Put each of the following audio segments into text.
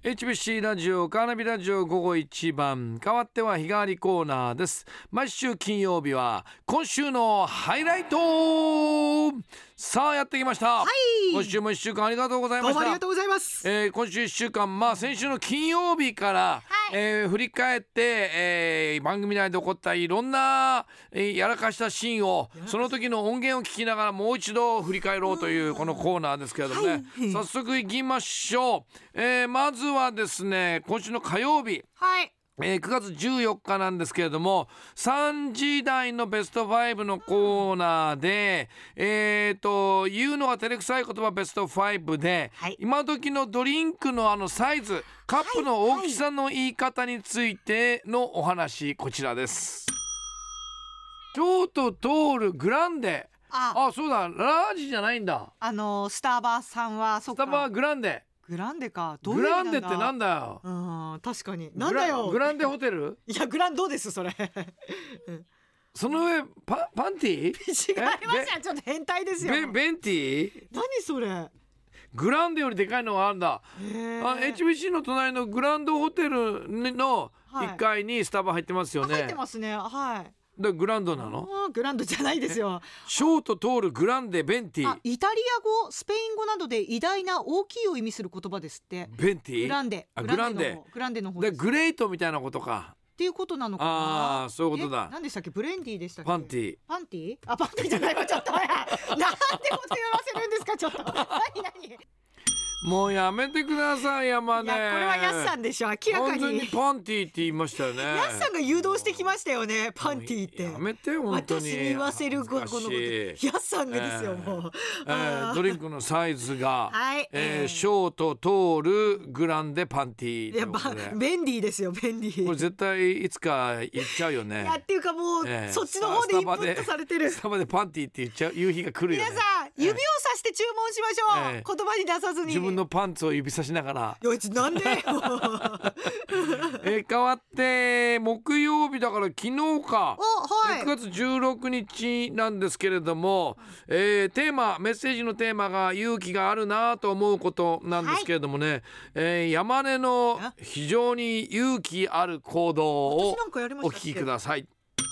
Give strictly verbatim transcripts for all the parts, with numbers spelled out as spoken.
エイチビーシー ラジオカーナビラジオ午後一番、変わっては日替わりコーナーです。毎週金曜日は今週のハイライト。さあやってきました、 はい、 今週もいっしゅうかんありがとうございました。 どうもありがとうございます、 えー、今週いっしゅうかん、まあ先週の金曜日から、 はい、 えー、振り返って、えー、番組内で起こったいろんな、えー、やらかしたシーンをその時の音源を聞きながらもう一度振り返ろうというこのコーナーですけれどもね、はい、早速いきましょう。えー、まずはですね、今週の火曜日、 はい、 えー、くがつじゅうよっかなんですけれども、さんじ台のベストごのコーナーで、えーと言うのが照れくさい言葉ベストごで、はい、今時のドリンクのあのサイズ、カップの大きさの言い方についてのお話、こちらです。ショート、トール、グランデ。ああ、そうだ、ラージじゃないんだ。 あのスターバーさんはそっか、 スタバグランデ。 グランデか、どういうグ意味なんだ。 ランデってなんだよ。 うん、確かになんだよ。 グランデホテル。 いやグランドですそれ、うん、 その上 パ, パンティー違いますよ、ちょっと変態ですよ。 ベ, ベンティー。 何それ。 グランデよりでかいのがあるんだ。あ エイチビーシー の隣のグランドホテルのいっかいにスタバ入ってますよね、 はい、入ってますね。はい。 でグランドなの？ グランドじゃないですよ。 ショート、トール、グランデ、ベンティ。 あ、イタリア語、スペイン語などで偉大な大きいを意味する言葉ですって。 ベンティ、 グランデ。 あ、グランデ、 グランデの方でです。 グレートみたいなことかっていうことなのかな。 ああ、そういうことだ。 何でしたっけ、ブレンディでしたっけ。 パンティ。 パンティ、あ、パンティじゃないわ、ちょっとなんてこと言わせるんですか、ちょっと何何。 もうやめてください、山根。 いや、これはヤスさんでしょ、明らかに。 完全にパンティって言いましたよね。 ヤスさんが誘導してきましたよね、パンティって。 やめて、本当に。 私に言わせるこのこと。ヤスさんがですよ、もう、 えー、ドリンクのサイズが、 はい、 えー、ショート、トール、グランデ、パンティ。 いや、ベンディですよ、ベンディ。 これ絶対いつか言っちゃうよね。 いや、っていうかもう、えー、そっちの方でインプットされてる。 スタバでパンティって言っちゃう夕日が来るよね。 皆さん、指をさして注文しましょう、えー、言葉に出さずに。 自分のパンツを指さしながら。 いや、なんでよ。 えー、変わって木曜日だから昨日か、 はい、 くがつじゅうろくにちなんですけれども、えー、テーマメッセージのテーマが勇気があるなと思うことなんですけれどもね、はい、えー、山根の非常に勇気ある行動をお聞きください。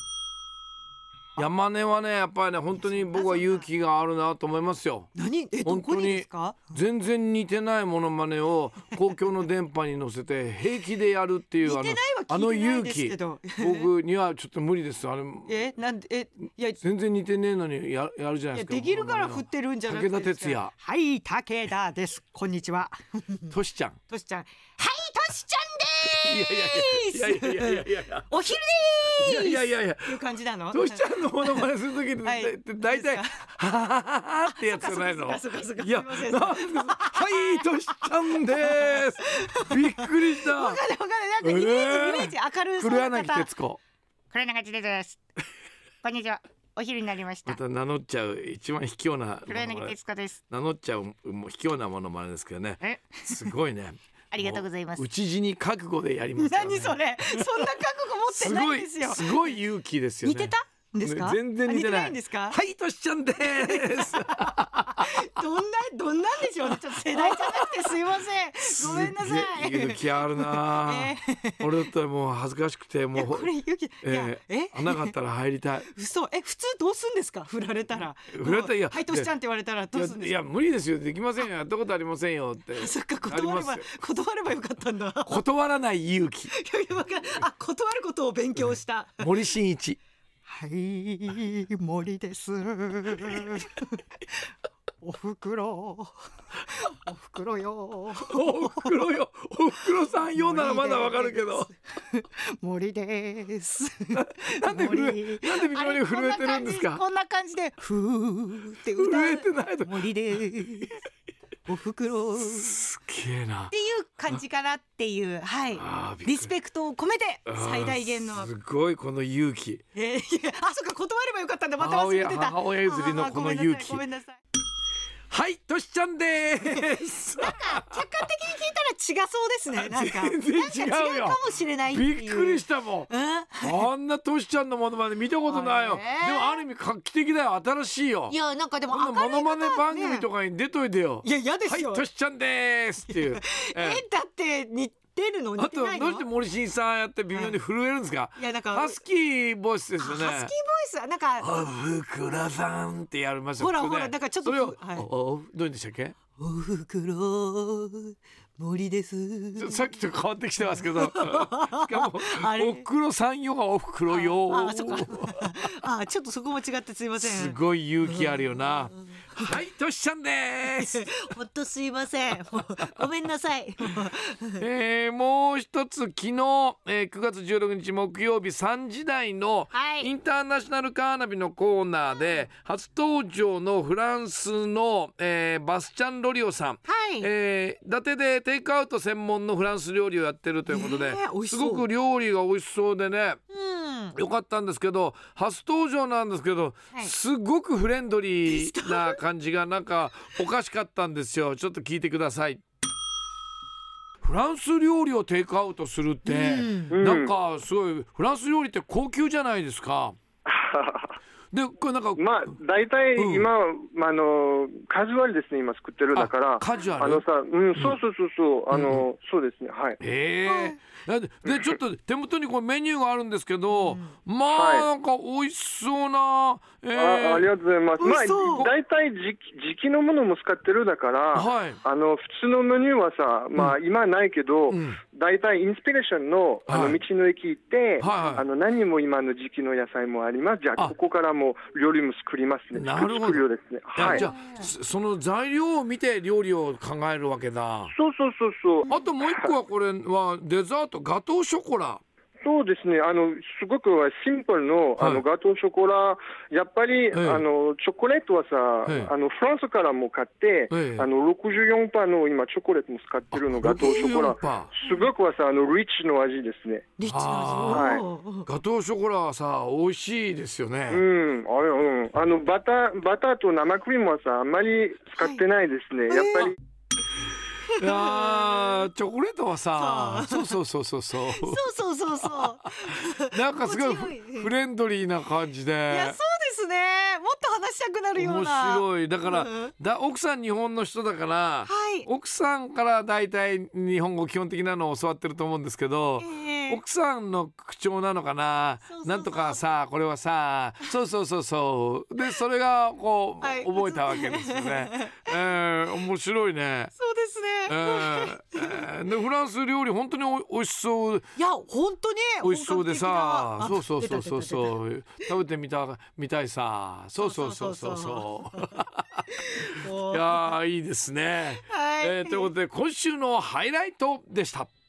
山根はね、やっぱりね、本当に僕は勇気があるなと思いますよ。 何、え、どこにですか？ 全然似てないモノマネを公共の電波に乗せて平気でやるっていうあのあの勇気、僕にはちょっと無理です。あれ、 え、なんで、え、いや、 全然似てねえのに や, やるじゃないですか。 いや、できるから振ってるんじゃないですか。 武田鉄矢。 はい、武田です。こんにちは。 としちゃん。 としちゃん。はい、としちゃんでーす。 いやいやいやいやいやいや。 お昼でーす。 いやいやいやいや。 いう感じなの？ としちゃんのモノマネするときってだいたいははははってやつじゃないの？いや、はいとしちゃんでーす。びっくりした。 わかるわかる、なんかイメージ、イメージ明るいそうな方。 黒柳徹子。 黒柳徹子です。こんにちは。お昼になりました。 また名乗っちゃう一番卑怯な。 黒柳徹子です。 名乗っちゃうもう卑怯なものまねですけどね。 え、 すごいね。 ありがとうございます。 討ち死に覚悟でやりますからね。 何それ、そんな覚悟持ってないんですよ。 すごい、すごい勇気ですよね。 似てたんですか？ 全然似てない。 似てないんですか？ はいとしちゃんです。 どんなどんなんでしょうね。ちょっと世代じゃなくてすいません。ごめんなさい。 勇気あるな、えー、俺だったらもう恥ずかしくてもうこれ勇気、 えー、え穴があったら入りたい。 嘘、え、普通どうすんですか？振られたら。 振られたら、いや、 はいとしちゃんって言われたらどうすんですか？ いや、いや無理ですよ、できませんよ、やったことありませんよって。 そっか、断れば断ればよかったんだ。 断らない勇気。 あ、断ることを勉強した。 森進一。 はい、森です。おふくろ、おふくろよ、おふくろよ、おふくろさんよならまだわかるけど。 森です。 なんで震え、なんで微妙に震えてるんですか？ こんな感じでふーって歌う。震えてないと。 森です。おふくろ。 すげえな。 っていう感じかなっていう、はい。リスペクトを込めて最大限の。 すごいこの勇気。 えー、あ、そっか、断ればよかったんだ。また忘れてた。 母親譲りのこの勇気。 ごめんなさい。 はいとしちゃんですなんか客観的に聞いたら違そうですね。なんか全然違うよなんか違うかもしれないっていう。 びっくりしたもんうんあんなとしちゃんのモノマネ見たことないよ。 あれでもある意味画期的だよ。新しいよ。 いやなんかでもこんな明るい方モノマネ番組ねとかに出といてよ。 いや嫌ですよ。 はいとしちゃんですっていうええだって似てるのあ似てないの？ とどうして森進さんやって微妙に震えるんですか。 いやなんかハスキーボイスですよね。 ハスキーボイスなんかおふくろさんってやりますよ。 ほらここねほらなんかちょっとそれを、 はいおおどうでしたっけ。 おふくろ森ですさっきと変わってきてますけどしかもあれおふくろさんよがおふくろよああそっかあちょっとそこも違ってすいません。 すごい勇気あるよな。はいとしちゃんですほんとすいませんもうごめんなさいえー、もう一つ昨日、えー、くがつじゅうろくにち木曜日さんじ台のはいインターナショナルカーナビのコーナーで初登場のフランスの、えー、バスチャン・ロリオさん、 はいえー、伊達でテイクアウト専門のフランス料理をやってるということで、 えー美味しすそうごく料理が美味しそうでねうんよかったんですけど初登場なんですけど、 はいすごくフレンドリーな感じがなんかおかしかったんですよ。ちょっと聞いてください。フランス料理をテイクアウトするって、 うんなんかすごいフランス料理って高級じゃないですか。でこれなんかまあ大体うん今、まあ、あのカジュアルですね今作ってるだからあカジュアルあのさ、うん、そうそうそうそうあの、そうですねはい。 ええででちょっと手元にこうメニューがあるんですけど、まあ、 はいなんか美味しそうな、えーあありがとうございます。 美味しそうまあ大体時期時期のものも使ってるだから、 はいあの普通のメニューはさ、まあ今ないけど、 うん大体インスピレーションのあはいの道の駅行って、 はいはいあの何も今の時期の野菜もあります。じゃああここからもう料理も作りますね。 なるほど作るようですね。 いやはい。 じゃあそその材料を見て料理を考えるわけだ。 そうそうそうそう。 あともう一個はこれはデザートガトーショコラ。 そうですね、あのすごくシンプルの、 はいあのガトーショコラ、やっぱり、 ええあのチョコレートはさ、 ええあのフランスからも買って、 ええあの ろくじゅうよんパーセント の今、チョコレートも使ってるの、ガトーショコラ、 ろくじゅうよんパーすごくはさ、あのリッチの味ですね。 リッチなあ味おーガトーショコラはさ美味しいですよね。 うん、あれ、うん、あのバター、バターと生クリームはさ、あんまり使ってないですね、やっぱり。 いやーチョコレートはさそうそうそうそうそうそうそうそうそうなんかすごい心地よいフフレンドリーな感じでいやそうですねもっと話したくなるよう面な白いだから、 うんだ奥さん日本の人だから、 はい奥さんからだいたい日本語基本的なのを教わってると思うんですけど、 ええ奥さんの口調なのかなそうそうそうなんとかさこれはさそうそうそうそうでそれがこう、 はい覚えたわけですよね、えー、面白いね、 そうですえね、 ーえーでフランス料理本当におおいしそういや本当に美味しそうでさ本格そう的なそうそうそうあそう食べてみたみたいさそうそうそうそうそそう出た出た出たいやーいいですね、 はいえーということで今週のハイライトでした。